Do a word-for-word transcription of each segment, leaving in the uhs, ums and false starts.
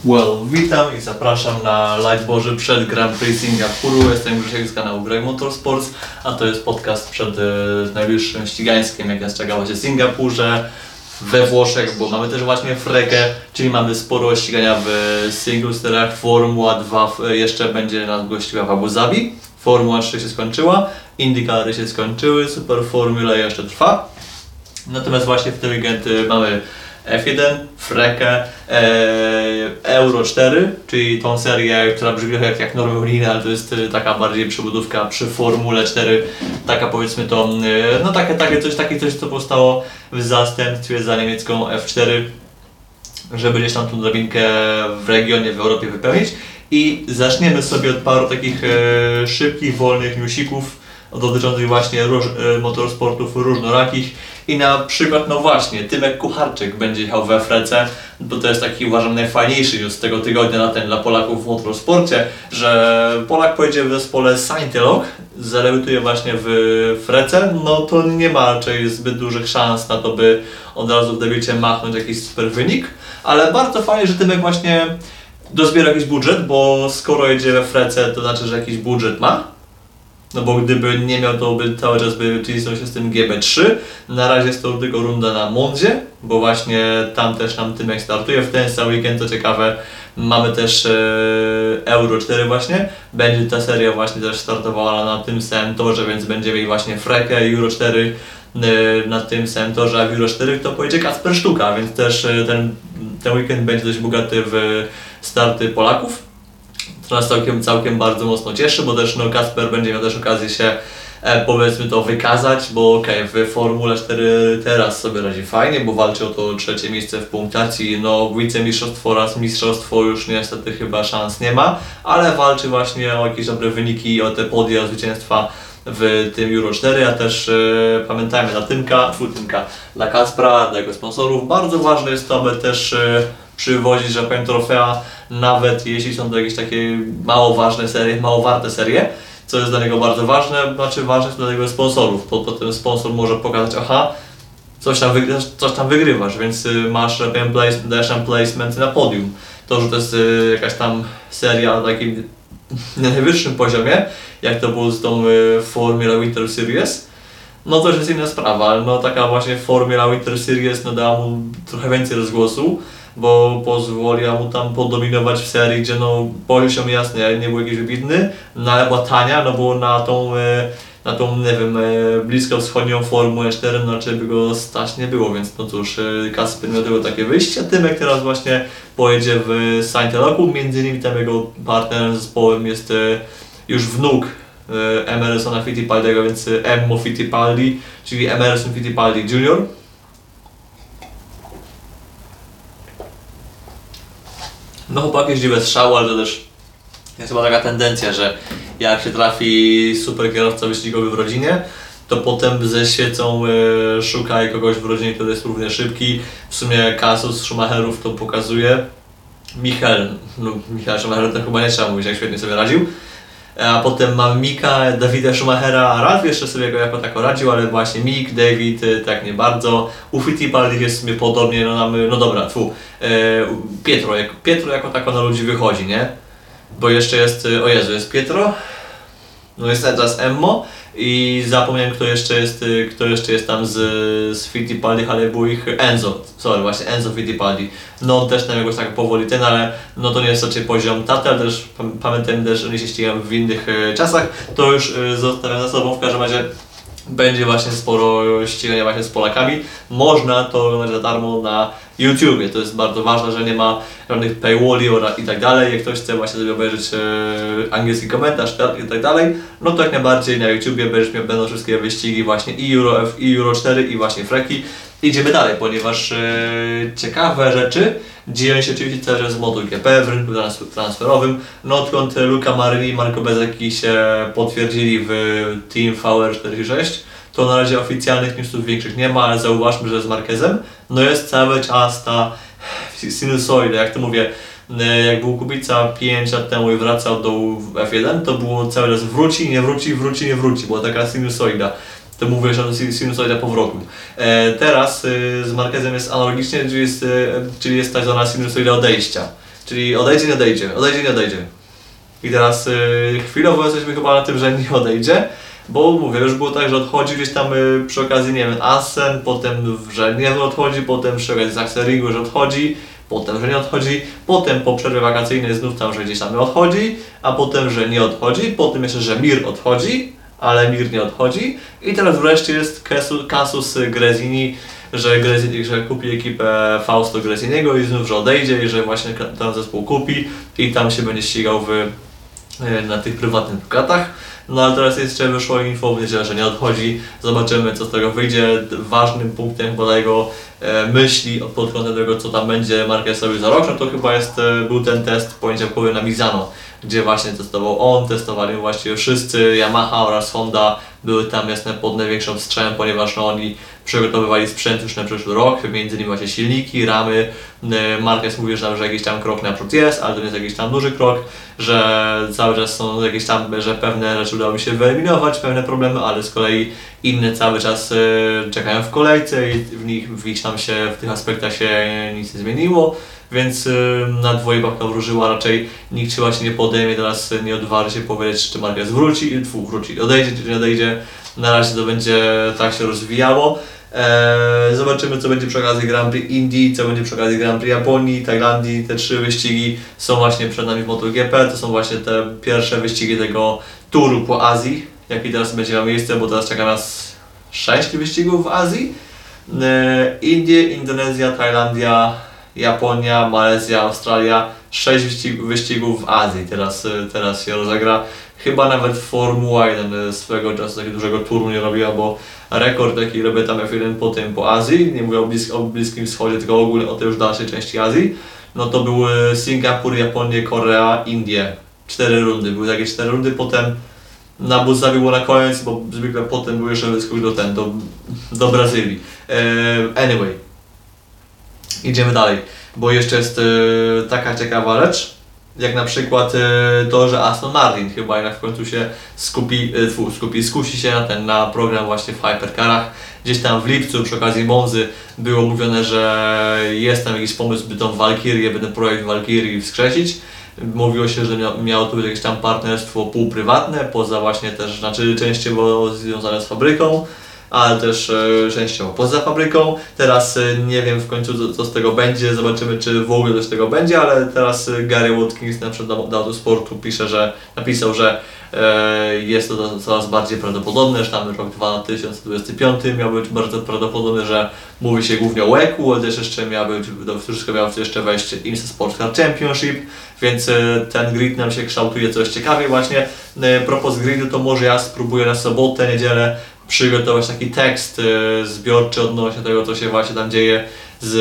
Well, witam i zapraszam na Light Boży przed Grand Prix Singapuru. Jestem Grzesiek z kanału Greg Motorsports, a to jest podcast przed e, najbliższym ścigańskiem, jak nas czekało się w Singapurze, we Włoszech, bo mamy też właśnie frekę, czyli mamy sporo ścigania w singlesterach. Formuła dwa w, jeszcze będzie nas gościła w Abu Zabi, Formuła trzy się skończyła, IndyCary się skończyły, Super Formula jeszcze trwa. Natomiast właśnie w ten weekend mamy F jeden, frekę, e, Euro cztery, czyli tą serię, która brzmi jak, jak normy unijne, ale to jest taka bardziej przybudówka przy Formule cztery, taka powiedzmy to, e, no takie, takie coś, takie coś, co powstało w zastępstwie za niemiecką F cztery, żeby gdzieś tam tą drabinkę w regionie, w Europie wypełnić. I zaczniemy sobie od paru takich e, szybkich, wolnych newsików dotyczących właśnie róż, e, motorsportów różnorakich. I na przykład, no właśnie, Tymek Kucharczyk będzie jechał we frece, bo to jest taki, uważam, najfajniejszy news tego tygodnia na ten dla Polaków w motorsporcie, że Polak pojedzie w zespole Saintelog, zadebiutuje właśnie w frece, no to nie ma raczej zbyt dużych szans na to, by od razu w debiucie machnąć jakiś super wynik, ale bardzo fajnie, że Tymek właśnie dozbiera jakiś budżet, bo skoro jedzie we frece, to znaczy, że jakiś budżet ma. No bo gdyby nie miał, to by cały czas by cisnął się z tym G B trzy. Na razie jest to tylko runda na Mondzie, bo właśnie tam też nam Tymek startuje. W ten sam weekend, to ciekawe, mamy też e, Euro cztery właśnie. Będzie ta seria właśnie też startowała na tym samym torze, więc będziemy mieli właśnie frekę Euro cztery e, na tym samym torze, a w Euro cztery to pojedzie Kacper Sztuka, więc też e, ten, ten weekend będzie dość bogaty w starty Polaków. To nas całkiem, całkiem bardzo mocno cieszy, bo też no, Kacper będzie miał też okazję się e, powiedzmy to wykazać, bo okej, okay, w Formule cztery teraz sobie radzi fajnie, bo walczy o to trzecie miejsce w punktacji, no wicemistrzostwo oraz mistrzostwo już niestety chyba szans nie ma, ale walczy właśnie o jakieś dobre wyniki, o te podia, zwycięstwa w tym Euro cztery, a też e, pamiętajmy dla Tymka, twój Tymka, dla Kacpra, dla jego sponsorów, bardzo ważne jest to, aby też e, przywozić, że powiem, trofea, nawet jeśli są to jakieś takie mało ważne serie, mało warte serie, co jest dla niego bardzo ważne, znaczy ważne jest dla jego sponsorów, bo potem sponsor może pokazać, aha, coś tam, wygrywasz, coś tam wygrywasz, więc masz, powiem, place, dajesz tam placement na podium. To, że to jest y, jakaś tam seria na takim na najwyższym poziomie, jak to było z tą y, Formula Winter Series, no to już jest inna sprawa, ale no taka właśnie Formula Winter Series no dała mu trochę więcej rozgłosu, bo pozwoliła mu tam podominować w serii, gdzie no poziom jasny, nie był jakiś wybitny, no ale była tania, no bo na tą, na tą nie wiem, bliskowschodnią Formułę cztery, no raczej by go stać nie było, więc no cóż, Kacper miał tego takie wyjście, Tymek teraz właśnie pojedzie w Saintelogu, między innymi tam jego partnerem zespołem jest już wnuk Emersona Fittipaldiego, więc Emmo Fittipaldi, czyli Emerson Fittipaldi junior No chłopak jeździ bez strzału, ale to też jest chyba taka tendencja, że jak się trafi super kierowca wyścigowy w rodzinie, to potem ze świecą y, szuka kogoś w rodzinie, który jest równie szybki. W sumie kasus Schumacherów to pokazuje. Michael, no Michael Schumacher to chyba nie trzeba mówić, jak świetnie sobie radził. A potem mam Mika, Davida Schumachera, Ralf jeszcze sobie go jako tako radził, ale właśnie Mick, David tak nie bardzo. U Fittipaldi jest w sumie podobnie, no, mamy, no dobra, tfu, e, Pietro, jak, Pietro jako tako na ludzi wychodzi, nie? Bo jeszcze jest, o Jezu, jest Pietro, no jest teraz Emmo i zapomniałem kto jeszcze jest, kto jeszcze jest tam z, z Fittipaldi, ale był ich Enzo, sorry, właśnie Enzo Fittipaldi. No on też tam jakoś tak powoli ten, ale no to nie jest raczej poziom taty, ale też pamiętam też, że oni się ścigają w innych e, czasach, to już e, zostawiam za sobą, w każdym razie będzie właśnie sporo ścigania właśnie z Polakami. Można to oglądać za darmo na YouTubie, to jest bardzo ważne, że nie ma żadnych paywalli i tak dalej. Jak ktoś chce właśnie sobie obejrzeć e, angielski komentarz i tak dalej, no to jak najbardziej na YouTubie będziesz miał, będą wszystkie wyścigi właśnie i Euro F, i Euro cztery i właśnie freki. Idziemy dalej, ponieważ e, ciekawe rzeczy dzieją się oczywiście cały czas w MotoGP, w rynku transferowym. No odkąd Luca Marini i Marco Bezzecchi się potwierdzili w Team V R czterdzieści sześć, to na razie oficjalnych newsów większych nie ma, ale zauważmy, że z Marquezem no jest cały czas ta sinusoida, jak to mówię, jak był Kubica pięć lat temu i wracał do F jeden, to było cały czas wróci, nie wróci, wróci, nie wróci, była taka sinusoida. To mówię, że sinusoida powrotu. E, teraz e, z Marquezem jest analogicznie, czyli jest, e, czyli jest tak zwana sinusoida odejścia. Czyli odejdzie, nie odejdzie, odejdzie, nie odejdzie. I teraz yy, chwilowo jesteśmy chyba na tym, że nie odejdzie, bo mówię, już było tak, że odchodzi gdzieś tam yy, przy okazji, nie wiem, Assen, potem, że nie odchodzi, potem przy okazji Sachsenringu, że odchodzi, potem, że nie odchodzi, potem po przerwie wakacyjnej znów tam, że gdzieś tam odchodzi, a potem, że nie odchodzi, potem jeszcze, że Mir odchodzi, ale Mir nie odchodzi i teraz wreszcie jest kasus Gresini, że, Gresini, że kupi ekipę Fausto Gresiniego i znów, że odejdzie i że właśnie ten zespół kupi i tam się będzie ścigał w, na tych prywatnych plakatach. No ale teraz jeszcze wyszło info w niedzielę, że nie odchodzi. Zobaczymy, co z tego wyjdzie. Ważnym punktem chyba jego e, myśli pod kątem tego, co tam będzie Marquezowi za rok, no to chyba jest, e, był ten test poniedziałkowy na Misano, gdzie właśnie testował on, testowali właściwie wszyscy, Yamaha oraz Honda były tam jasne pod największą strzałem, ponieważ no, oni przygotowywali sprzęt już na przyszły rok, między innymi właśnie silniki, ramy. Marquez mówi, że, że jakiś tam krok naprzód jest, ale to nie jest jakiś tam duży krok, że cały czas są jakieś tam, że pewne rzeczy udało mi się wyeliminować, pewne problemy, ale z kolei inne cały czas y, czekają w kolejce i w nich, w nich tam się, w tych aspektach się nic nie zmieniło. Więc y, na dwoje babka wróżyła, raczej nikt chyba się nie podejmie, teraz nie odważy się powiedzieć, czy Marquez wróci, tfu, wróci, odejdzie, czy nie odejdzie. Na razie to będzie tak się rozwijało. Eee, zobaczymy, co będzie przy okazji Grand Prix Indii, co będzie przy okazji Grand Prix Japonii, Tajlandii. Te trzy wyścigi są właśnie przed nami w MotoGP. To są właśnie te pierwsze wyścigi tego turu po Azji, jaki teraz będzie miał miejsce, bo teraz czeka nas sześć wyścigów w Azji. Eee, Indie, Indonezja, Tajlandia, Japonia, Malezja, Australia. sześć wyścig, wyścigów w Azji teraz, teraz się rozegra. Chyba nawet Formuła jeden swego czasu takiego dużego turu nie robiła, bo rekord jaki robię tam F jeden po tym po Azji, nie mówię o, blisk, o Bliskim Wschodzie, tylko ogólnie o tej już dalszej części Azji, no to były Singapur, Japonia, Korea, Indie. Cztery rundy, były takie cztery rundy, potem na Abu Zabi było na koniec, bo zwykle potem był jeszcze wyskok do ten, do, do Brazylii. Anyway, idziemy dalej, bo jeszcze jest taka ciekawa rzecz, jak na przykład to, że Aston Martin chyba jednak w końcu się skupi, tfu, skupi skusi się na ten na program właśnie w hypercarach. Gdzieś tam w lipcu przy okazji Monzy było mówione, że jest tam jakiś pomysł, by tą Valkyrię, by ten projekt Valkyrii wskrzesić. Mówiło się, że mia, miało to być jakieś tam partnerstwo półprywatne, poza właśnie też, znaczy częściowo związane z fabryką, ale też e, częściowo poza fabryką. Teraz e, nie wiem w końcu co, co z tego będzie, zobaczymy czy w ogóle coś z tego będzie, ale teraz e, Gary Watkins na przykład do Autosportu pisze, że napisał, że e, jest to coraz bardziej prawdopodobne, że tam rok dwa tysiące dwudziesty piąty miał być bardzo prawdopodobny, że mówi się głównie o W E C-u, ale też jeszcze miał być, do wszystko miało jeszcze wejść IMSA Sports Car Championship, więc e, ten grid nam się kształtuje coraz ciekawie właśnie. E, propos gridu, to może ja spróbuję na sobotę, niedzielę przygotować taki tekst e, zbiorczy odnośnie tego, co się właśnie tam dzieje z,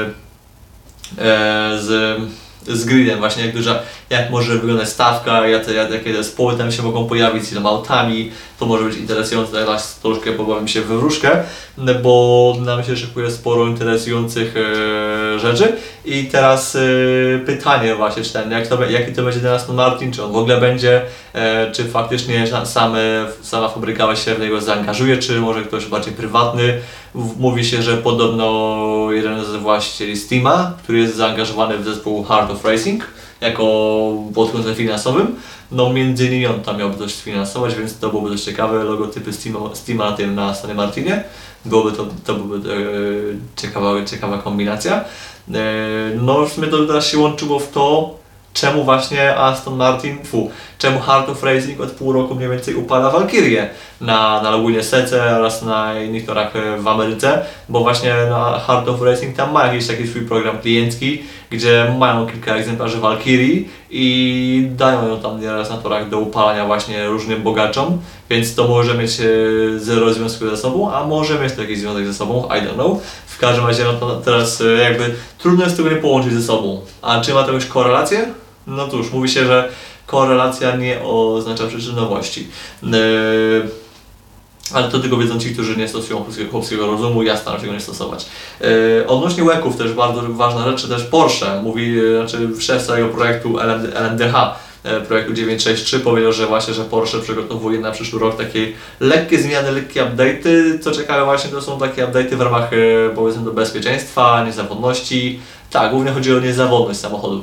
e, z, z gridem, właśnie jak duża, jak może wyglądać stawka, jakie, jakie zespoły tam się mogą pojawić, z iloma autami, to może być interesujące, teraz troszkę pobawim się we wróżkę, bo nam się szykuje sporo interesujących e, rzeczy. I teraz e, pytanie właśnie, czy ten, jak to, jaki to będzie ten Aston Martin, czy on w ogóle będzie, e, czy faktycznie same, sama fabryka się w niego zaangażuje, czy może ktoś bardziej prywatny. Mówi się, że podobno jeden z właścicieli Steama, który jest zaangażowany w zespół Heart of Racing, jako pod kątem finansowym, no między innymi on tam miałby coś sfinansować, więc to byłoby dość ciekawe, logotypy Steama, Steama na tym na Astonie Martinie, byłoby to, to byłoby e, ciekawa, ciekawa kombinacja. E, no w sumie to teraz się łączyło w to, czemu właśnie Aston Martin, fu, czemu Heart of Racing od pół roku mniej więcej upada Valkyrię na, na ogólnie Sece oraz na innych torach w Ameryce, bo właśnie na Heart of Racing tam ma jakiś taki swój program kliencki, gdzie mają kilka egzemplarzy Valkyrii i dają ją tam nieraz na torach do upalania właśnie różnym bogaczom, więc to może mieć zero związku ze sobą, a może mieć to jakiś związek ze sobą, I don't know. W każdym razie no to teraz jakby trudno jest tego nie połączyć ze sobą. A czy ma to jakąś korelację? No cóż, mówi się, że korelacja nie oznacza przyczynowości. Yy, ale to tylko wiedzą ci, którzy nie stosują chłopskiego rozumu, ja staram się go nie stosować. Yy, odnośnie łeków też bardzo ważna rzecz, też Porsche mówi, znaczy szef całego projektu L M D H, projektu dziewięćset sześćdziesiąt trzy powiedział, że właśnie, że Porsche przygotowuje na przyszły rok takie lekkie zmiany, lekkie update'y. Co ciekawe właśnie to są takie update'y w ramach powiedzmy do bezpieczeństwa, niezawodności, Tak, głównie chodzi o niezawodność samochodu,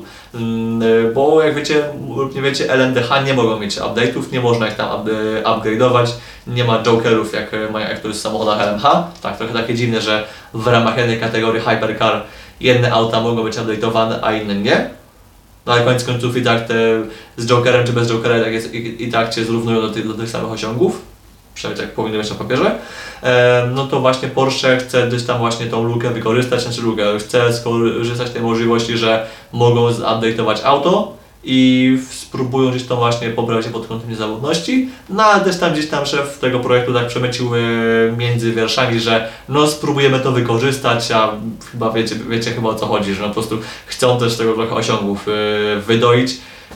mm, bo jak wiecie lub nie wiecie, L M D H nie mogą mieć update'ów, nie można ich tam upgrade'ować, nie ma jokerów jak, jak to jest w samochodach L M H. Tak, trochę takie dziwne, że w ramach jednej kategorii Hypercar jedne auta mogą być update'owane, a inne nie. No ale koniec końców i tak te z jokerem czy bez jokera tak jest, i, i tak Cię zrównują do tych, do tych samych osiągów. Przynajmniej tak powinno być na papierze. E, no to właśnie Porsche chce gdzieś tam właśnie tą lukę wykorzystać, znaczy lukę, chce skorzystać z tej możliwości, że mogą zupdate'ować auto i spróbują gdzieś to właśnie poprawić pod kątem niezawodności. No ale też tam gdzieś tam szef tego projektu tak przemycił e, między wierszami, że no spróbujemy to wykorzystać, a chyba wiecie, wiecie chyba o co chodzi, że no po prostu chcą też tego trochę osiągów e, wydoić.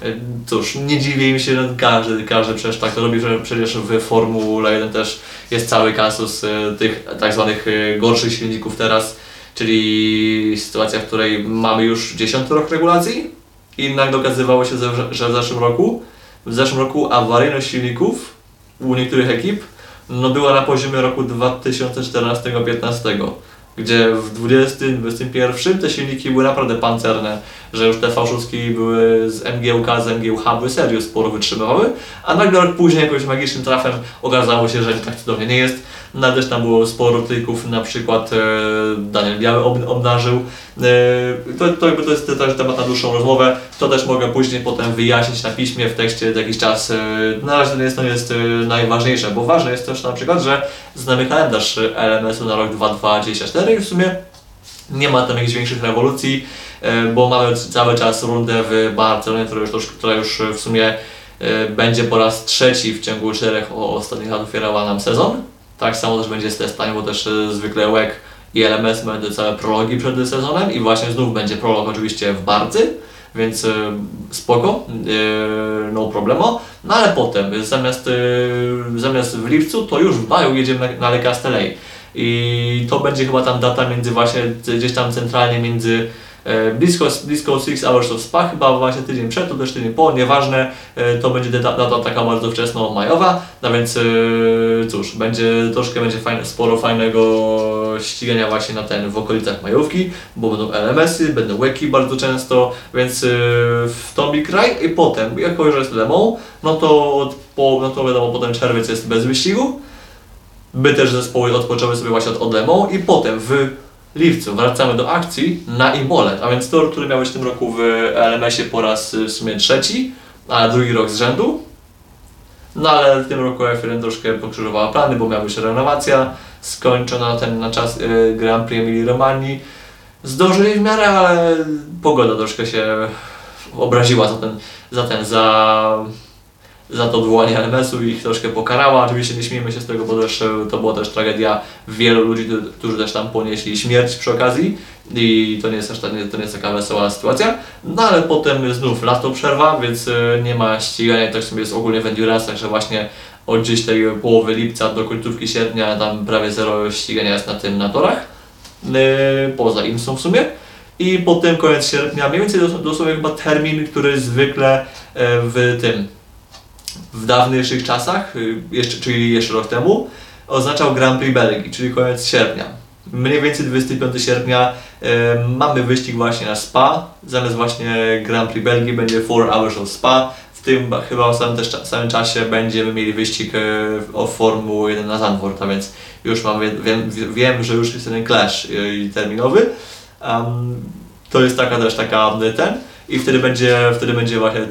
Cóż, nie dziwię mi się, że każdy, każdy przecież tak to robi, że przecież w Formule jeden też jest cały kasus tych tak zwanych gorszych silników teraz, czyli sytuacja, w której mamy już dziesiąty rok regulacji i jednak okazywało się, że w zeszłym roku, w zeszłym roku awaryjność silników u niektórych ekip no była na poziomie roku dwa tysiące czternastego piętnastego. Gdzie w dwudziestym dwudziestym pierwszym te silniki były naprawdę pancerne, że już te V sześć były z M G U K, z M G U H były serio sporo wytrzymywały, a nagle rok później jakimś magicznym trafem okazało się, że tak cudownie nie jest. No też tam było sporo tyków, na przykład e, Daniel Biały ob, obnażył. E, to, to, jakby to jest też temat na dłuższą rozmowę, to też mogę później potem wyjaśnić na piśmie w tekście za jakiś czas. E, na razie to nie jest, to nie jest e, najważniejsze, bo ważne jest też na przykład, że znamy kalendarz L M S-u na rok dwa tysiące dwudziesty czwarty i w sumie nie ma tam jakichś większych rewolucji, e, bo mamy cały czas rundę w Barcelonie, która już, która już w sumie e, będzie po raz trzeci w ciągu czterech ostatnich lat otwierała nam sezon. Tak samo też będzie z testami, bo też e, zwykle W E C i L M S będą całe prologi przed sezonem i właśnie znów będzie prolog oczywiście w Bardzy, więc e, spoko, e, no problemo. No ale potem zamiast, e, zamiast w lipcu, to już w maju jedziemy na, na Le Castellet. I to będzie chyba tam data między właśnie, gdzieś tam centralnie między e, blisko, blisko six hours of Spa, chyba właśnie tydzień przed, to też tydzień po, nieważne, e, to będzie data, data taka bardzo wczesno majowa, no więc e, cóż, będzie troszkę będzie fajne, sporo fajnego ścigania właśnie na ten w okolicach majówki, bo będą L M S-y, będą łeki bardzo często, więc e, w Tombi kraj i potem, jako już jest lemą, no to, po, no to wiadomo, potem czerwiec jest bez wyścigu. By też zespoły odpoczęły sobie właśnie od Odemą i potem w lipcu wracamy do akcji na Imolet, a więc tor, który miał być w tym roku w L M S-ie po raz w sumie trzeci, a drugi rok z rzędu. No ale w tym roku F jeden troszkę pokrzyżowała plany, bo miała być renowacja skończona ten na czas y, Grand Prix Emilii Romanii. Zdążyli w miarę, ale pogoda troszkę się obraziła za ten, za ten, za... za to odwołanie L M S-u i ich troszkę pokarała. Oczywiście nie śmiejmy się z tego, bo też, to była też tragedia wielu ludzi, którzy też tam ponieśli śmierć przy okazji i to nie jest aż ta, to nie jest taka wesoła sytuacja. No ale potem znów lato przerwa, więc nie ma ścigania, tak sobie jest ogólnie w endurance'ach, że właśnie od gdzieś tej połowy lipca do końcówki sierpnia tam prawie zero ścigania jest na tym na torach, poza im są w sumie. I potem koniec sierpnia, mniej więcej dosłownie chyba termin, który zwykle w tym w dawniejszych czasach, jeszcze, czyli jeszcze rok temu, oznaczał Grand Prix Belgii, czyli koniec sierpnia. Mniej więcej dwudziestego piątego sierpnia e, mamy wyścig właśnie na Spa, zamiast właśnie Grand Prix Belgii będzie four hours of Spa. W tym chyba w samym, też, samym czasie będziemy mieli wyścig e, o Formuły jeden na Zandvoort, a więc już mam, wiem, wiem, że już jest ten clash e, terminowy. Um, to jest taka też taka ten. I wtedy będzie, wtedy będzie właśnie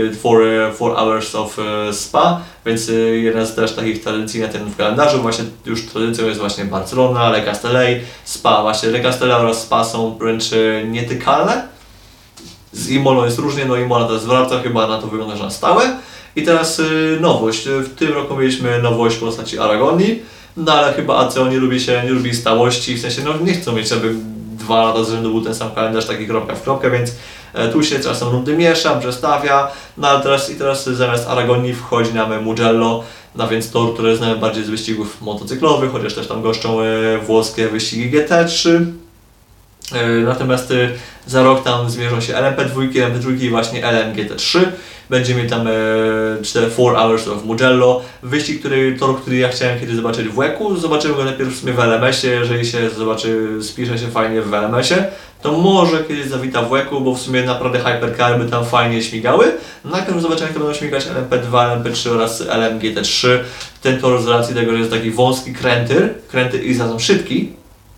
four hours of Spa, więc jedna z też takich tradycji na tym w kalendarzu, właśnie już tradycją jest właśnie Barcelona, Le Castellet, Spa. Właśnie Le Castellet oraz Spa są wręcz nietykalne. Z Imolą jest różnie, no Imola teraz wraca, chyba na to wygląda, że na stałe. I teraz nowość, w tym roku mieliśmy nowość w postaci Aragonii, no ale chyba A C O nie lubi się, nie lubi stałości, w sensie no nie chcą mieć, żeby dwa lata z rzędu był ten sam kalendarz, taki kropka w kropkę, więc tu się czasem rundy miesza, przestawia, no ale teraz i teraz zamiast Aragonii wchodzi nam Mugello, no więc tor, który znamy bardziej z wyścigów motocyklowych, chociaż też tam goszczą włoskie wyścigi G T trzy. Natomiast za rok tam zmierzą się L M P dwa, L M P dwa i właśnie L M G T trzy. Będziemy tam cztery Hours of Mugello. Wyścig, który, tor, który ja chciałem kiedyś zobaczyć w łeku. Zobaczymy go najpierw w sumie w L M S ie. Jeżeli się zobaczy, spisze się fajnie w L M S ie, to może kiedyś zawita w łeku, bo w sumie naprawdę hypercary by tam fajnie śmigały. Najpierw zobaczymy, jak to będą śmigać L M P dwa, L M P trzy oraz L M G T trzy. Ten tor z racji tego, że jest taki wąski kręty, kręty i zarazem szybki.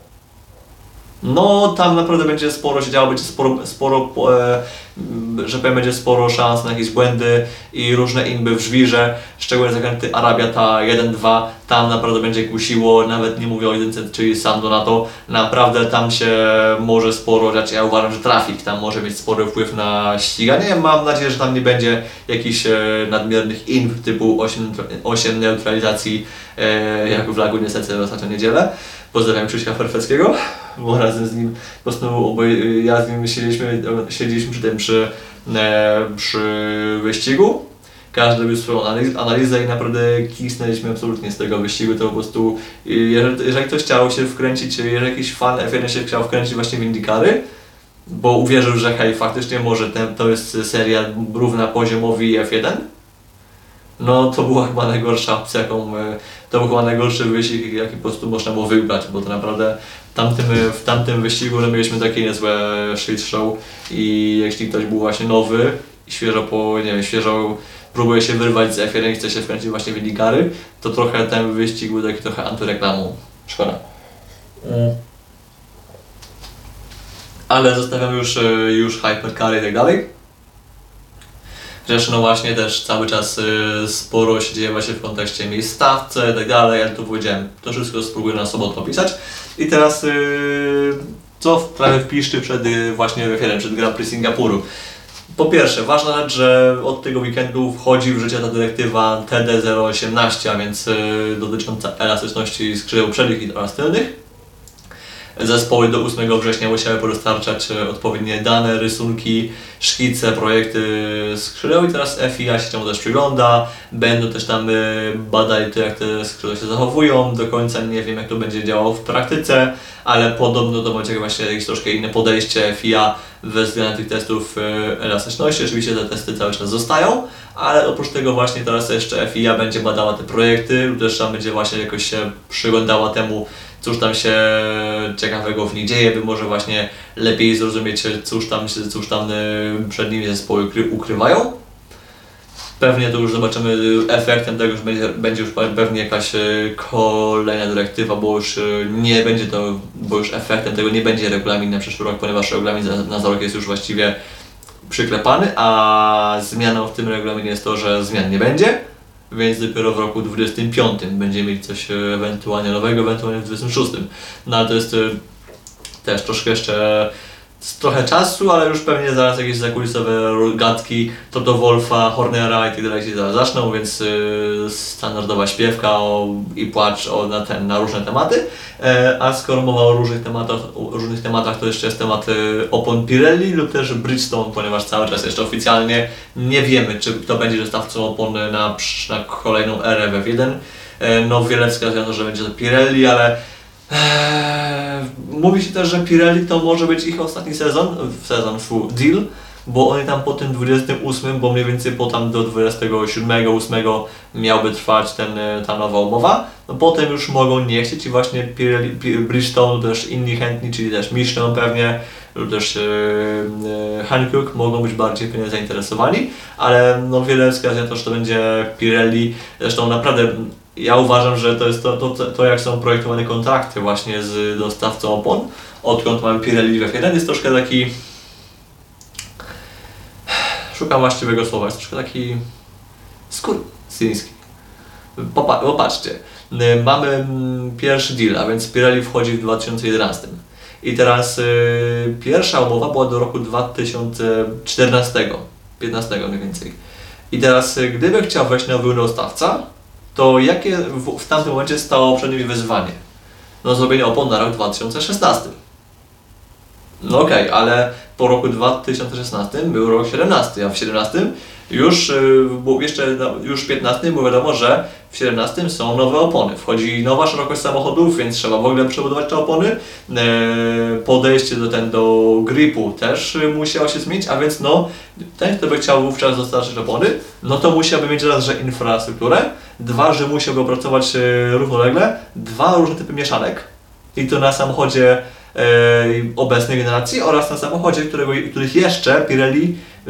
No tam naprawdę będzie sporo się działo, będzie sporo, sporo e, że powiem, będzie sporo szans na jakieś błędy i różne inby w żwirze, szczególnie zakręty Arabia ta jeden dwa, tam naprawdę będzie kusiło, nawet nie mówię o jedynce, czyli sam Donato, naprawdę tam się może sporo dziać. Ja uważam, że trafik tam może mieć spory wpływ na ściganie. Mam nadzieję, że tam nie będzie jakichś e, nadmiernych inb typu osiem neutralizacji, e, jak w Lagunię niestety w ostatnią niedzielę. Pozdrawiam Krzyśka Ferfeckiego, bo razem z nim po prostu oboje, ja z nim siedzieliśmy, siedzieliśmy przy tym przy, e, przy wyścigu. Każdy robił swoją analizę i naprawdę kisnęliśmy absolutnie z tego wyścigu. To po prostu, jeżeli, jeżeli ktoś chciał się wkręcić, jeżeli jakiś fan F jeden się chciał wkręcić właśnie w IndyCary, bo uwierzył, że hej, faktycznie może ten, to jest seria równa poziomowi F jeden, no to była chyba najgorsza opcja, jaką, to był chyba najgorszy wyścig, jaki po prostu można było wybrać, bo to naprawdę w tamtym, w tamtym wyścigu że mieliśmy takie niezłe shit show i jeśli ktoś był właśnie nowy i świeżo po, nie wiem, świeżo próbuje się wyrwać z F jeden i chce się wkręcić właśnie w IndyCary, to trochę ten wyścig był taki trochę antyreklamą. Szkoda. Mm. Ale zostawiam już, już hypercary i tak dalej. Zresztą no właśnie też cały czas y, sporo się dzieje właśnie w kontekście miejsc w stawce i tak dalej, ale tu powiedziałem, to wszystko spróbuję na sobotę opisać. I teraz y, co w prawie w piszczy przed y, właśnie F jeden, przed Grand Prix Singapuru. Po pierwsze, ważna rzecz, że od tego weekendu wchodzi w życie ta dyrektywa T D zero osiemnaście, a więc y, dotycząca elastyczności skrzydeł przednich oraz tylnych. Zespoły do ósmego września musiały podostarczać odpowiednie dane, rysunki, szkice, projekty skrzydeł i teraz F I A się temu też przygląda. Będą też tam badali to, jak te skrzydła się zachowują. Do końca nie wiem, jak to będzie działało w praktyce, ale podobno to będzie właśnie jakieś troszkę inne podejście F I A względem tych testów elastyczności. Oczywiście te testy cały czas zostają, ale oprócz tego właśnie teraz jeszcze F I A będzie badała te projekty lub też tam będzie właśnie jakoś się przyglądała temu, cóż tam się ciekawego w nich dzieje, by może właśnie lepiej zrozumieć, cóż tam, cóż tam przed nimi zespoły ukrywają. Pewnie to już zobaczymy efektem tego, że będzie, będzie już pewnie jakaś kolejna dyrektywa, bo już nie będzie to, bo już efektem tego nie będzie regulamin na przyszły rok, ponieważ regulamin na za rok jest już właściwie przyklepany, a zmianą w tym regulaminie jest to, że zmian nie będzie. Więc dopiero w roku dwudziestym piątym będziemy mieli coś ewentualnie nowego, ewentualnie w dwudziestym szóstym. No ale to jest też troszkę jeszcze trochę czasu, ale już pewnie zaraz jakieś zakulisowe gadki Toto Wolfa, Hornera i tak dalej się zaraz zaczną, więc standardowa śpiewka o, i płacz o, na, ten, na różne tematy. A skoro mowa o różnych tematach, o różnych tematach, to jeszcze jest temat opon Pirelli lub też Bridgestone, ponieważ cały czas jeszcze oficjalnie nie wiemy, czy kto będzie dostawcą opon na, na kolejną erę w F jeden. No wiele wskazuje na to, że będzie to Pirelli, ale Eee, mówi się też, że Pirelli to może być ich ostatni sezon, sezon full deal, bo oni tam po tym dwudziestym ósmym, bo mniej więcej po tam do dwudziestego siódmego, ósmego miałby trwać ten, ta nowa umowa, no potem już mogą nie chcieć i właśnie Pirelli, Bridgestone, też inni chętni, czyli też Michelin pewnie, lub też e, Hankook mogą być bardziej pewnie zainteresowani, ale no wiele wskazuje na to, że to będzie Pirelli, zresztą naprawdę ja uważam, że to jest to, to, to jak są projektowane kontrakty właśnie z dostawcą opon, odkąd mamy Pirelli w F jeden, jest troszkę taki, szukam właściwego słowa, jest troszkę taki skurwysyński. Popa popatrzcie, mamy pierwszy deal, a więc Pirelli wchodzi w dwa tysiące jedenastym i teraz y, pierwsza umowa była do roku dwa tysiące czternastego, piętnastego mniej więcej. I teraz y, gdyby chciał wejść nowy dostawca, to jakie w, w tamtym momencie stało przed nimi wyzwanie? No zrobienie opon na rok dwa tysiące szesnasty. No okej, okay, ale po roku dwa tysiące szesnastym był rok siedemnasty, a w siedemnastym już, bo jeszcze już w piętnastym było wiadomo, że w siedemnastym są nowe opony. Wchodzi nowa szerokość samochodów, więc trzeba w ogóle przebudować te opony. Podejście do, ten, do gripu też musiało się zmienić, a więc no, ten, kto by chciał wówczas dostarczyć opony, no to musiałby mieć raz, że infrastrukturę, dwa, że musiałby opracować równolegle, dwa różne typy mieszanek i to na samochodzie e, obecnej generacji oraz na samochodzie, którego, których jeszcze Pirelli e,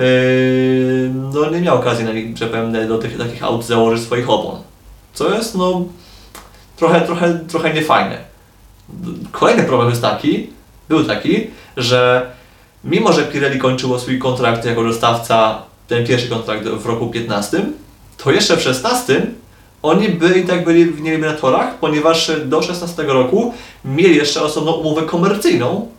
no, nie miał okazji na nich, że powiem, do tych takich aut założyć swoich opon. Co jest no trochę, trochę, trochę niefajne. Kolejny problem jest taki, był taki, że mimo, że Pirelli kończyło swój kontrakt jako dostawca, ten pierwszy kontrakt w roku piętnastym, to jeszcze w szesnastym oni by i tak byli w eliminatorach, ponieważ do szesnastego roku mieli jeszcze osobną umowę komercyjną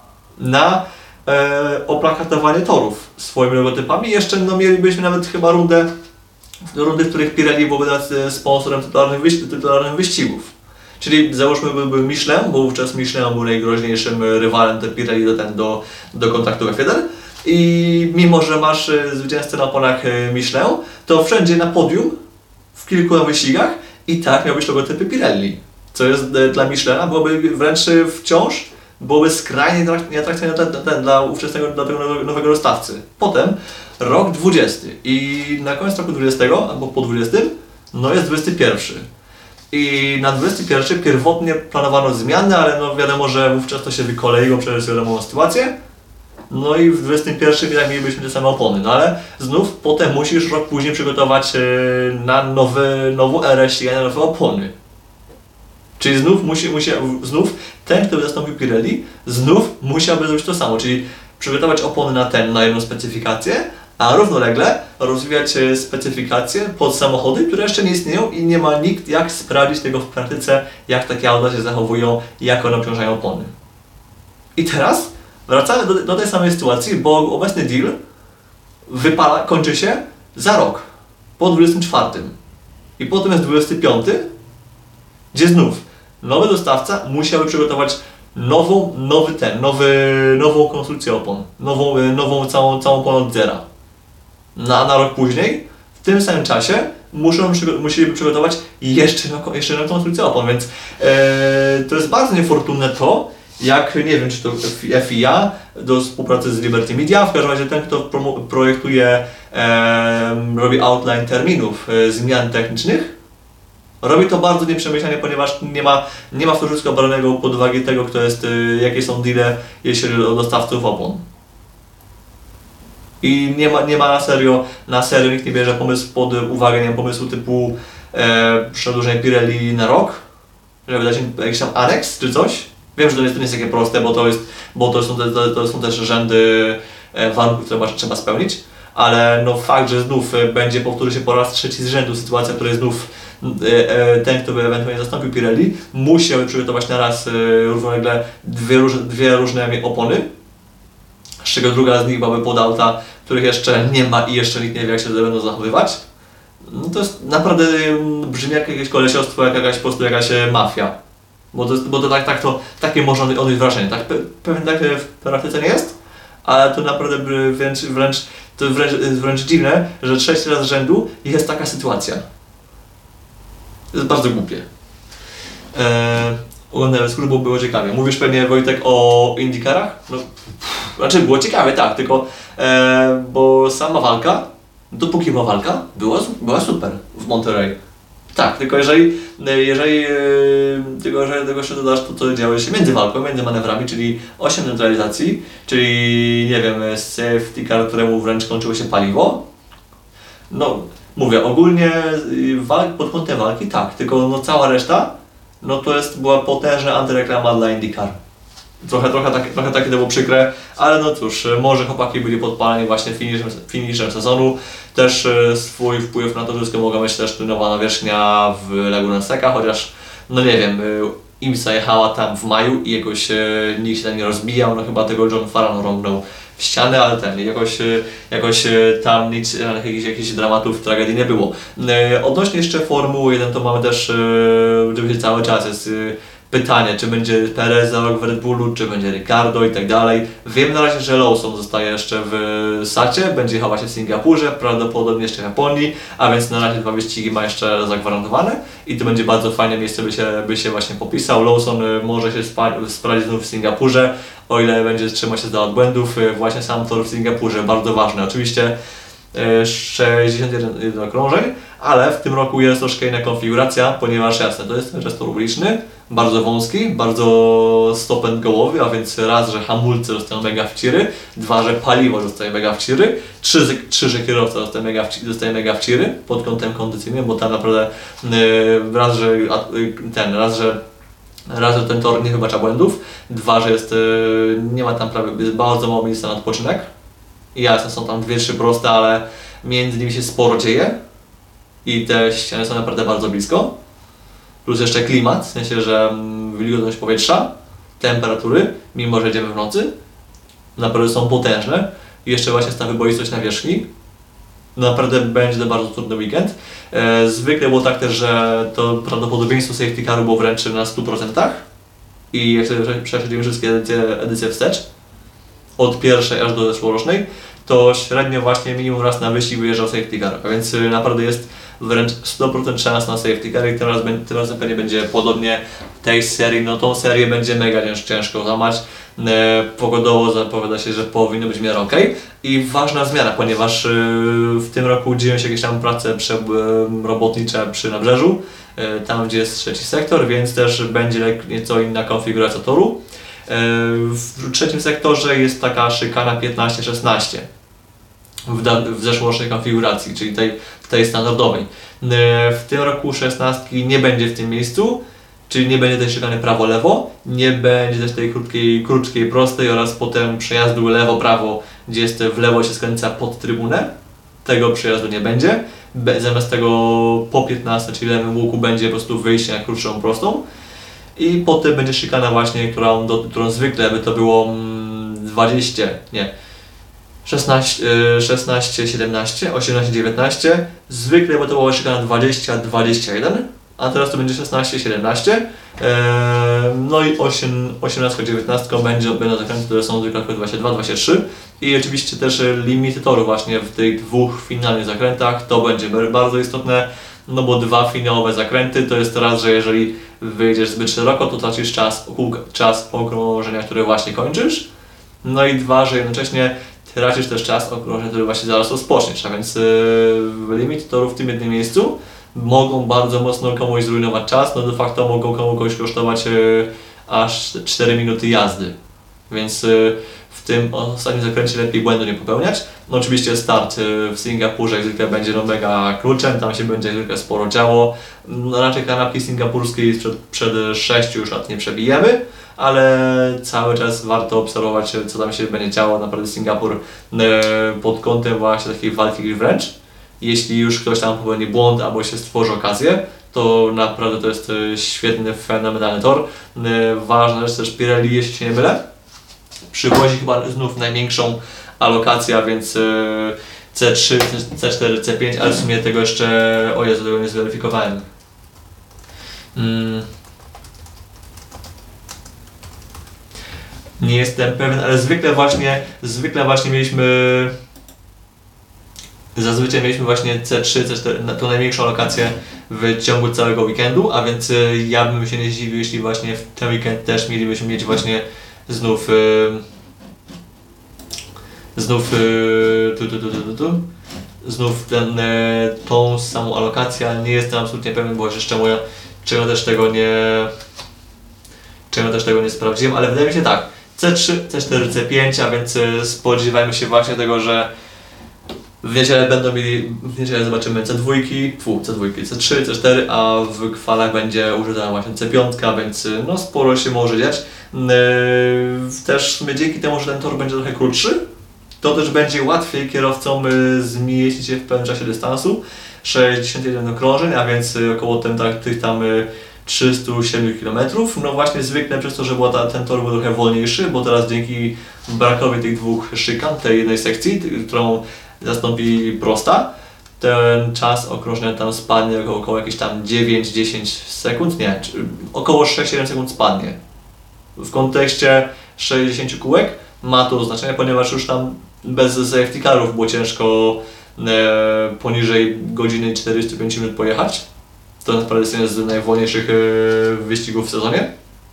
na e, oplakatowanie torów swoimi logotypami. Jeszcze no, mielibyśmy nawet chyba rundę, rundy, w których Pirelli byłby sponsorem tytularnych, wyści tytularnych wyścigów. Czyli załóżmy byłby Michelin, bo wówczas Michelin był najgroźniejszym rywalem do Pirelli do, ten, do, do kontaktu F jeden. I mimo, że masz zwycięzcę na oponach Michelin, to wszędzie na podium w kilku wyścigach i tak miał być logotypy Pirelli. Co jest dla Michelina byłoby wręcz wciąż byłoby skrajnie nieatrakcyjne dla, dla, dla ówczesnego, dla tego nowego dostawcy. Potem rok dwudziesty i na koniec roku dwudziestego albo po dwudziestym no jest dwudziesty pierwszy. I na dwudziesty pierwszy pierwotnie planowano zmiany, ale no wiadomo, że wówczas to się wykoleiło przez wiadomą sytuację. No i w dwudziestym pierwszym jednak mielibyśmy te same opony, no ale znów potem musisz rok później przygotować na nowy, nową erę ścigania, nowe opony. Czyli znów, musi, musi, znów ten, kto by zastąpił Pirelli, znów musiałby zrobić to samo, czyli przygotować opony na ten, na jedną specyfikację, a równolegle rozwijać specyfikacje pod samochody, które jeszcze nie istnieją i nie ma nikt jak sprawdzić tego w praktyce, jak takie auta się zachowują, jak one obciążają opony. I teraz wracamy do, do tej samej sytuacji, bo obecny deal wypala, kończy się za rok, po dwudziestym czwartym. I potem jest dwudziesty piąty, gdzie znów nowy dostawca musiałby przygotować nową, nowy ten, nowy, nową konstrukcję opon, nową, nową całą, całą opon od zera. Na, na rok później, w tym samym czasie, muszą, musieliby przygotować jeszcze, jeszcze jedną konstrukcję opon, więc e, to jest bardzo niefortunne to, jak, nie wiem, czy to F I A do współpracy z Liberty Media, w każdym razie ten, kto pro, projektuje, e, robi outline terminów e, zmian technicznych, robi to bardzo nieprzemyślanie, ponieważ nie ma, nie ma w to wszystko branego pod uwagę tego, kto jest, e, jakie są deale, jeśli chodzi o dostawców opon. I nie ma, nie ma na serio, na serio nikt nie bierze pomysł pod uwagę, nie wiem, pomysłu typu e, przedłużenie Pirelli na rok, żeby dać im jakiś tam aneks czy coś. Wiem, że to nie jest, to nie jest takie proste, bo to, jest, bo to, są, te, to, to są też rzędy e, warunków, które trzeba spełnić, ale no fakt, że znów będzie, powtórzy się po raz trzeci z rzędu sytuacja, w której znów e, e, ten, kto by ewentualnie zastąpił Pirelli, musiałby przygotować na raz e, równolegle dwie, róż, dwie różne opony, z czego druga z nich byłaby pod auta, których jeszcze nie ma i jeszcze nikt nie wie, jak się będą zachowywać. No to jest naprawdę brzmi jak jakieś kolesiostwo, jak jakaś po prostu jakaś mafia. Bo to, jest, bo to tak, tak to, takie można odnieść wrażenie. Tak, pewnie tak w praktyce nie jest, ale to naprawdę wręcz, wręcz, to wręcz, wręcz dziwne, że trzeci raz z rzędu jest taka sytuacja. To jest bardzo głupie. Eee, oglądałem skrót, bo było ciekawie. Mówisz pewnie, Wojtek, o IndyCarach? No, znaczy było ciekawe, tak, tylko e, bo sama walka, dopóki była walka, była, była super w Monterey. Tak, tylko jeżeli, jeżeli e, tylko jeżeli tego jeszcze dodasz to, co działo się między walką, między manewrami, czyli osiem neutralizacji, czyli nie wiem, safety car, któremu wręcz kończyło się paliwo. No, mówię, ogólnie walk, pod kątem walki tak, tylko no, cała reszta, no to jest, była potężna antyreklama dla IndyCar. Trochę, trochę, takie, trochę takie to było przykre, ale no cóż, może chłopaki byli podpaleni właśnie finiszem, finiszem sezonu. Też swój wpływ na to wszystko mogła mieć też nowa nawierzchnia w Laguna Seca, chociaż no nie wiem, IMSA jechała tam w maju i jakoś nikt się tam nie rozbijał, no chyba tego John Farran rąbnął w ścianę, ale ten, jakoś, jakoś tam nic, jakichś, jakichś dramatów, tragedii nie było. Odnośnie jeszcze Formuły jeden, to mamy też, oczywiście cały czas jest pytanie, czy będzie Perez za rok w Red Bullu, czy będzie Ricardo i tak dalej. Wiem na razie, że Lawson zostaje jeszcze w Sacie, będzie jechał właśnie w Singapurze, prawdopodobnie jeszcze w Japonii, a więc na razie dwa wyścigi ma jeszcze zagwarantowane i to będzie bardzo fajne miejsce, by się, by się właśnie popisał. Lawson może się sprawdzić znów w Singapurze, o ile będzie trzymał się od błędów. Właśnie sam tor w Singapurze, bardzo ważny. Oczywiście sześćdziesiąt jeden okrążeń, ale w tym roku jest troszkę inna konfiguracja, ponieważ jasne, to jest ten tor uliczny, bardzo wąski, bardzo stop and go'owy, a więc raz, że hamulce dostają mega wciry, dwa, że paliwo dostaje mega wciry, trzy, trzy że kierowca dostaje mega, wciry, dostaje mega wciry pod kątem kondycyjnym, bo tam naprawdę yy, raz, że yy, ten, raz, że raz, że ten tor nie wybacza błędów, dwa, że jest, yy, nie ma tam prawie, jest bardzo mało miejsca na odpoczynek. I jasne, są tam dwie, trzy proste, ale między nimi się sporo dzieje i te ściany są naprawdę bardzo blisko. Plus jeszcze klimat, w sensie, że wilgotność powietrza, temperatury, mimo że idziemy w nocy, naprawdę są potężne. I jeszcze właśnie ta wyboistość na wierzchni. Naprawdę będzie to bardzo trudny weekend. E, zwykle było tak też, że to prawdopodobieństwo safety caru było wręcz na stu procentach. I jak sobie przechodzimy wszystkie edycje, edycje wstecz, od pierwszej aż do zeszłorocznej, to średnio właśnie minimum raz na wyścig wyjeżdżał safety car, a więc naprawdę jest wręcz sto procent szans na safety car i teraz, tym razem pewnie będzie podobnie tej serii. No tą serię będzie mega ciężko złamać. E, pogodowo zapowiada się, że powinno być w miarę ok. I ważna zmiana, ponieważ e, w tym roku dzieją się jakieś tam prace prze, e, robotnicze przy nabrzeżu, e, tam gdzie jest trzeci sektor, więc też będzie nieco inna konfiguracja toru. W trzecim sektorze jest taka szykana piętnaście szesnaście w, w zeszłorocznej konfiguracji, czyli tej, tej standardowej. W tym roku szesnastki nie będzie w tym miejscu, czyli nie będzie tej szykany prawo-lewo, nie będzie też tej krótkiej, krótkiej prostej oraz potem przejazdu lewo-prawo, gdzie jest w lewo się skręca pod trybunę. Tego przejazdu nie będzie. Zamiast tego po piętnastce, czyli lewym łuku, będzie po prostu wyjście na krótszą prostą. I potem będzie szykana właśnie, którą, do, którą zwykle by to było dwadzieścia, nie, szesnaście, szesnaście, siedemnaście, osiemnaście, dziewiętnaście. Zwykle by to była szykana dwadzieścia, dwadzieścia jeden, a teraz to będzie szesnaście, siedemnaście. No i osiemnaście, dziewiętnaście będzie, będą zakręty, które są zwykle dwadzieścia dwa, dwadzieścia trzy. I oczywiście też limity toru właśnie w tych dwóch finalnych zakrętach, to będzie bardzo istotne. No bo dwa finałowe zakręty to jest raz, że jeżeli wyjdziesz zbyt szeroko, to tracisz czas, czas okrążenia, które właśnie kończysz. No i dwa, że jednocześnie tracisz też czas okrążenia, który właśnie zaraz rozpoczniesz. A więc yy, limit toru w tym jednym miejscu mogą bardzo mocno komuś zrujnować czas, no de facto mogą komuś kosztować yy, aż cztery minuty jazdy. Więc yy, w tym ostatnim zakręcie lepiej błędu nie popełniać. No oczywiście start w Singapurze jak zwykle będzie no mega kluczem, tam się będzie zwykle sporo działo. No raczej kanapki singapurskiej przed, przed sześciu już lat nie przebijemy, ale cały czas warto obserwować, co tam się będzie działo. Naprawdę Singapur pod kątem właśnie takiej walki wręcz. Jeśli już ktoś tam popełni błąd albo się stworzy okazję, to naprawdę to jest świetny, fenomenalny tor. Ważna rzecz też Pirelli, jeśli się nie mylę, przywozi chyba znów największą alokację, a więc C trzy, C cztery, C pięć, ale w sumie tego jeszcze, o Jezu, tego nie zweryfikowałem. Hmm. Nie jestem pewien, ale zwykle właśnie, zwykle właśnie mieliśmy, zazwyczaj mieliśmy właśnie C trzy, C cztery, tą największą alokację w ciągu całego weekendu, a więc ja bym się nie zdziwił, jeśli właśnie w ten weekend też mielibyśmy mieć właśnie znów znów tu, tu, tu, tu, tu, znów ten, tą samą alokację. Nie jestem absolutnie pewien, bo jeszcze moja, czego też tego nie czego też tego nie sprawdziłem, ale wydaje mi się tak, C trzy, C cztery, C pięć, a więc spodziewajmy się właśnie tego, że w niedzielę będą mieli, w niedzielę zobaczymy C dwa, fu, C dwa, C trzy, C cztery, a w kwalach będzie użyta właśnie C pięć, więc no sporo się może dziać. Też w sumie dzięki temu, że ten tor będzie trochę krótszy, to też będzie łatwiej kierowcom zmieścić się w pewnym czasie dystansu. sześćdziesiąt jeden okrążeń, a więc około tym, tak, tych tam trzysta siedem kilometrów. No właśnie zwykle przez to, że była ta, ten tor był trochę wolniejszy, bo teraz dzięki brakowi tych dwóch szykan, tej jednej sekcji, którą zastąpi prosta, ten czas okrążenia tam spadnie około, około jakieś tam dziewięć do dziesięciu sekund, nie, czy, około sześć do siedmiu sekund spadnie. W kontekście sześćdziesięciu kółek ma to znaczenie, ponieważ już tam bez safety carów było ciężko e, poniżej godziny czterdziestu pięciu minut pojechać. To naprawdę jest jeden z najwolniejszych e, wyścigów w sezonie.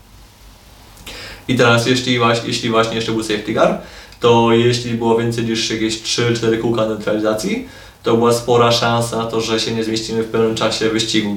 I teraz jeśli właśnie, jeśli właśnie jeszcze był safety car, to jeśli było więcej niż jakieś trzy cztery kółka neutralizacji, to była spora szansa na to, że się nie zmieścimy w pełnym czasie wyścigu.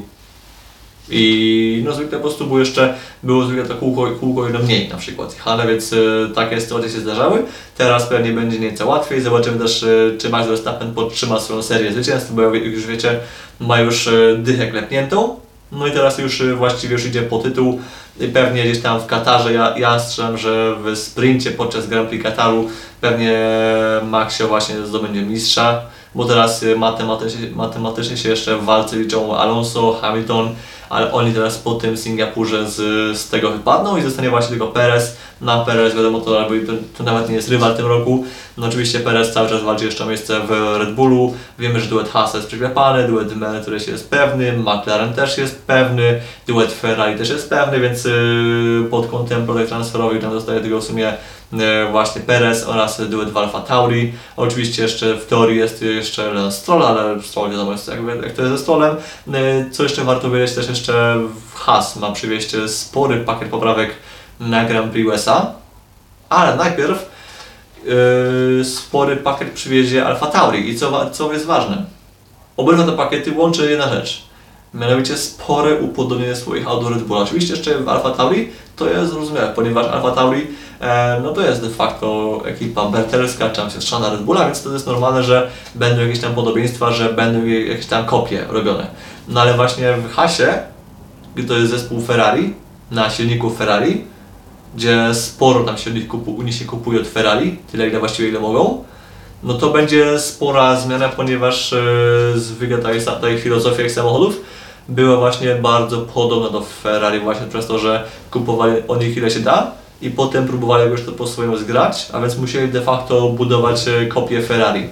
I no zwykle po prostu było jeszcze, było zwykle to kółko, kółko jedno mniej na przykład jechane, więc y, takie sytuacje się zdarzały. Teraz pewnie będzie nieco łatwiej, zobaczymy też y, czy Max Verstappen podtrzyma swoją serię zwycięstw, bo jak już wiecie, ma już y, dychę klepniętą. No i teraz już y, właściwie już idzie po tytuł i pewnie gdzieś tam w Katarze, ja, ja strzelam, że w sprincie podczas Grand Prix Kataru pewnie Max się właśnie zdobędzie mistrza. Bo teraz matematycznie, matematycznie się jeszcze w walce liczą Alonso, Hamilton, ale oni teraz po tym Singapurze z, z tego wypadną i zostanie właśnie tylko Perez. Na Perez wiadomo, to, to, to nawet nie jest rywal w tym roku. No oczywiście Perez cały czas walczy jeszcze o miejsce w Red Bullu. Wiemy, że duet Haasa jest przyklepany, duet Mercedes jest pewny, McLaren też jest pewny, duet Ferrari też jest pewny, więc yy, pod kątem produkt transferowych tam zostaje tylko w sumie właśnie Perez oraz duet w Alfa Tauri. Oczywiście jeszcze w teorii jest jeszcze Lance Stroll, ale Stroll wiadomo jest jak, jak to jest ze Strollem. Co jeszcze warto wiedzieć, też jeszcze Haas ma przywieźć spory pakiet poprawek na Grand Prix U S A, ale najpierw yy, spory pakiet przywiezie Alfa Tauri i co, co jest ważne, obydwa te pakiety łączy jedna rzecz, mianowicie spore upodobnienie swoich aut do Red Bulla. Oczywiście jeszcze w Alfa Tauri to jest zrozumiałe, ponieważ Alfa Tauri e, no to jest de facto ekipa bertelska, czy tam się strzana Red Bulla, więc to jest normalne, że będą jakieś tam podobieństwa, że będą jakieś tam kopie robione. No ale właśnie w Haasie, gdy to jest zespół Ferrari, na silniku Ferrari, gdzie sporo tam silnik kupu, u nich się kupuje od Ferrari, tyle ile właściwie ile mogą, no to będzie spora zmiana, ponieważ e, zwykle ta, ta ich filozofia ich samochodów była właśnie bardzo podobna do Ferrari właśnie przez to, że kupowali od nich ile się da i potem próbowali jakoś to po swojemu zgrać, a więc musieli de facto budować kopię Ferrari.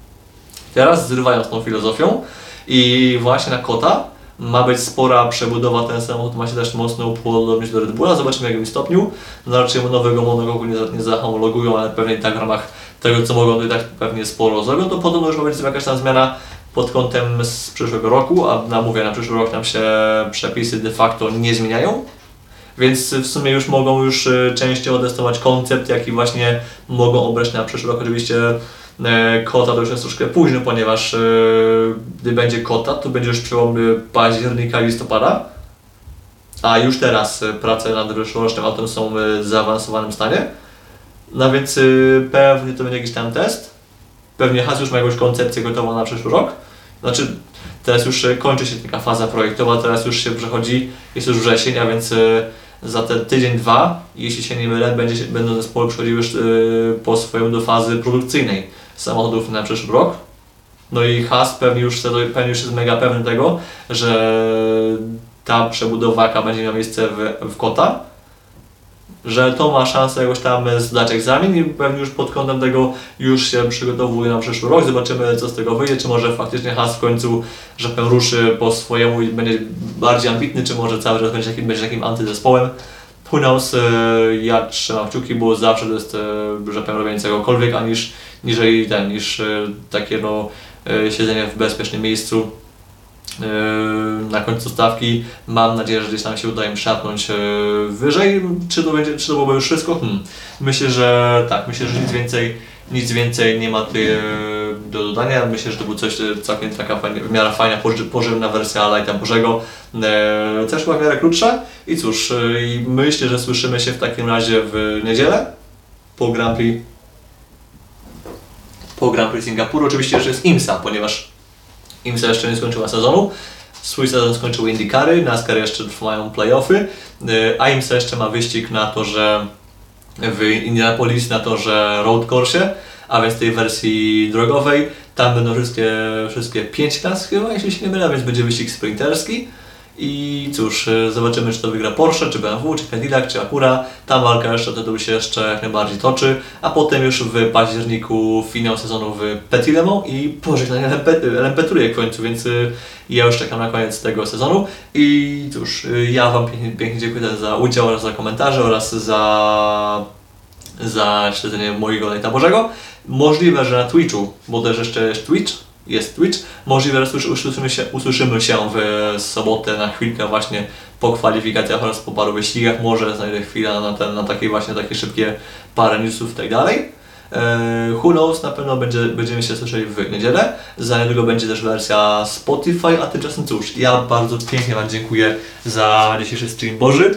Teraz zrywają z tą filozofią i właśnie na Kota ma być spora przebudowa, ten samochód ma się też mocno upodobnić do Red Bulla, zobaczymy w jakim stopniu. No raczej nowego monokoku nie, nie zahomologują, ale pewnie i tak w ramach tego co mogą, to i tak pewnie sporo zrobią, to podobno już ma być jakaś tam zmiana pod kątem z przyszłego roku, a na, mówię, na przyszły rok nam się przepisy de facto nie zmieniają, więc w sumie już mogą już częściowo testować koncept, jaki właśnie mogą obrać na przyszły rok. Oczywiście e, Kota to już jest troszkę późno, ponieważ e, gdy będzie Kota, to będzie już przełom października, listopada, a już teraz prace nad przyszłorocznym autem są w zaawansowanym stanie, no więc e, pewnie to będzie jakiś tam test. Pewnie Haas już ma jakąś koncepcję gotową na przyszły rok. Znaczy, teraz już kończy się taka faza projektowa, teraz już się przechodzi, jest już wrzesień, a więc za ten tydzień, dwa, jeśli się nie mylę, będzie, będą zespoły przechodziły już po swojemu do fazy produkcyjnej samochodów na przyszły rok. No i Haas pewnie już, pewnie już jest mega pewny tego, że ta przebudowa, jaka będzie miała miejsce w, w Kota, że to ma szansę jakoś tam zdać egzamin i pewnie już pod kątem tego już się przygotowuje na przyszły rok. Zobaczymy co z tego wyjdzie, czy może faktycznie Haas w końcu, że powiem, ruszy po swojemu i będzie bardziej ambitny, czy może cały czas będzie takim, będzie takim antydespołem. Who knows, ja trzymam kciuki, bo zawsze to jest, że powiem, robienie czegokolwiek, a niż, niżej ten, niż takie no, siedzenie w bezpiecznym miejscu na końcu stawki. Mam nadzieję, że gdzieś tam się uda im szarpnąć wyżej. Czy to będzie, czy to byłoby już wszystko? Hmm. Myślę, że tak, myślę, że nic więcej, nic więcej nie ma tutaj do dodania. Myślę, że to był coś całkiem taka fajna, w miarę fajna, pożywna wersja Lighta Bożego. Też była w miarę krótsza. I cóż, myślę, że słyszymy się w takim razie w niedzielę po Grand Prix po Grand Prix Singapuru. Oczywiście jeszcze jest IMSA, ponieważ IMSA jeszcze nie skończyła sezonu. Swój sezon skończyły IndyCary, NASCAR jeszcze trwają playoffy, a IMSA jeszcze ma wyścig na torze w Indianapolis, na torze road course, a więc tej wersji drogowej. Tam będą wszystkie, wszystkie pięć klas chyba, jeśli się nie mylę, więc będzie wyścig sprinterski I cóż, zobaczymy, czy to wygra Porsche, czy B M W, czy Cadillac, czy Acura. Ta walka jeszcze tytuł się jeszcze jak najbardziej toczy, a potem już w październiku finał sezonu w Petit Le Mans i pożegnanie L M P Trójek w końcu, więc ja już czekam na koniec tego sezonu. I cóż, ja Wam pięknie, pięknie dziękuję za udział oraz za komentarze oraz za, za śledzenie mojego Lejta Bożego. Możliwe, że na Twitchu, bo też jeszcze jest Twitch, jest Twitch. Możliwe, że usłyszymy się, usłyszymy się w sobotę na chwilkę właśnie po kwalifikacjach oraz po paru wyścigach. Może znajdę chwilę na, ten, na takie właśnie takie szybkie parę newsów i tak dalej. Who knows, na pewno będzie, będziemy się słyszeli w niedzielę. Za niedługo będzie też wersja Spotify, a tymczasem cóż, ja bardzo pięknie Wam dziękuję za dzisiejszy stream Boży.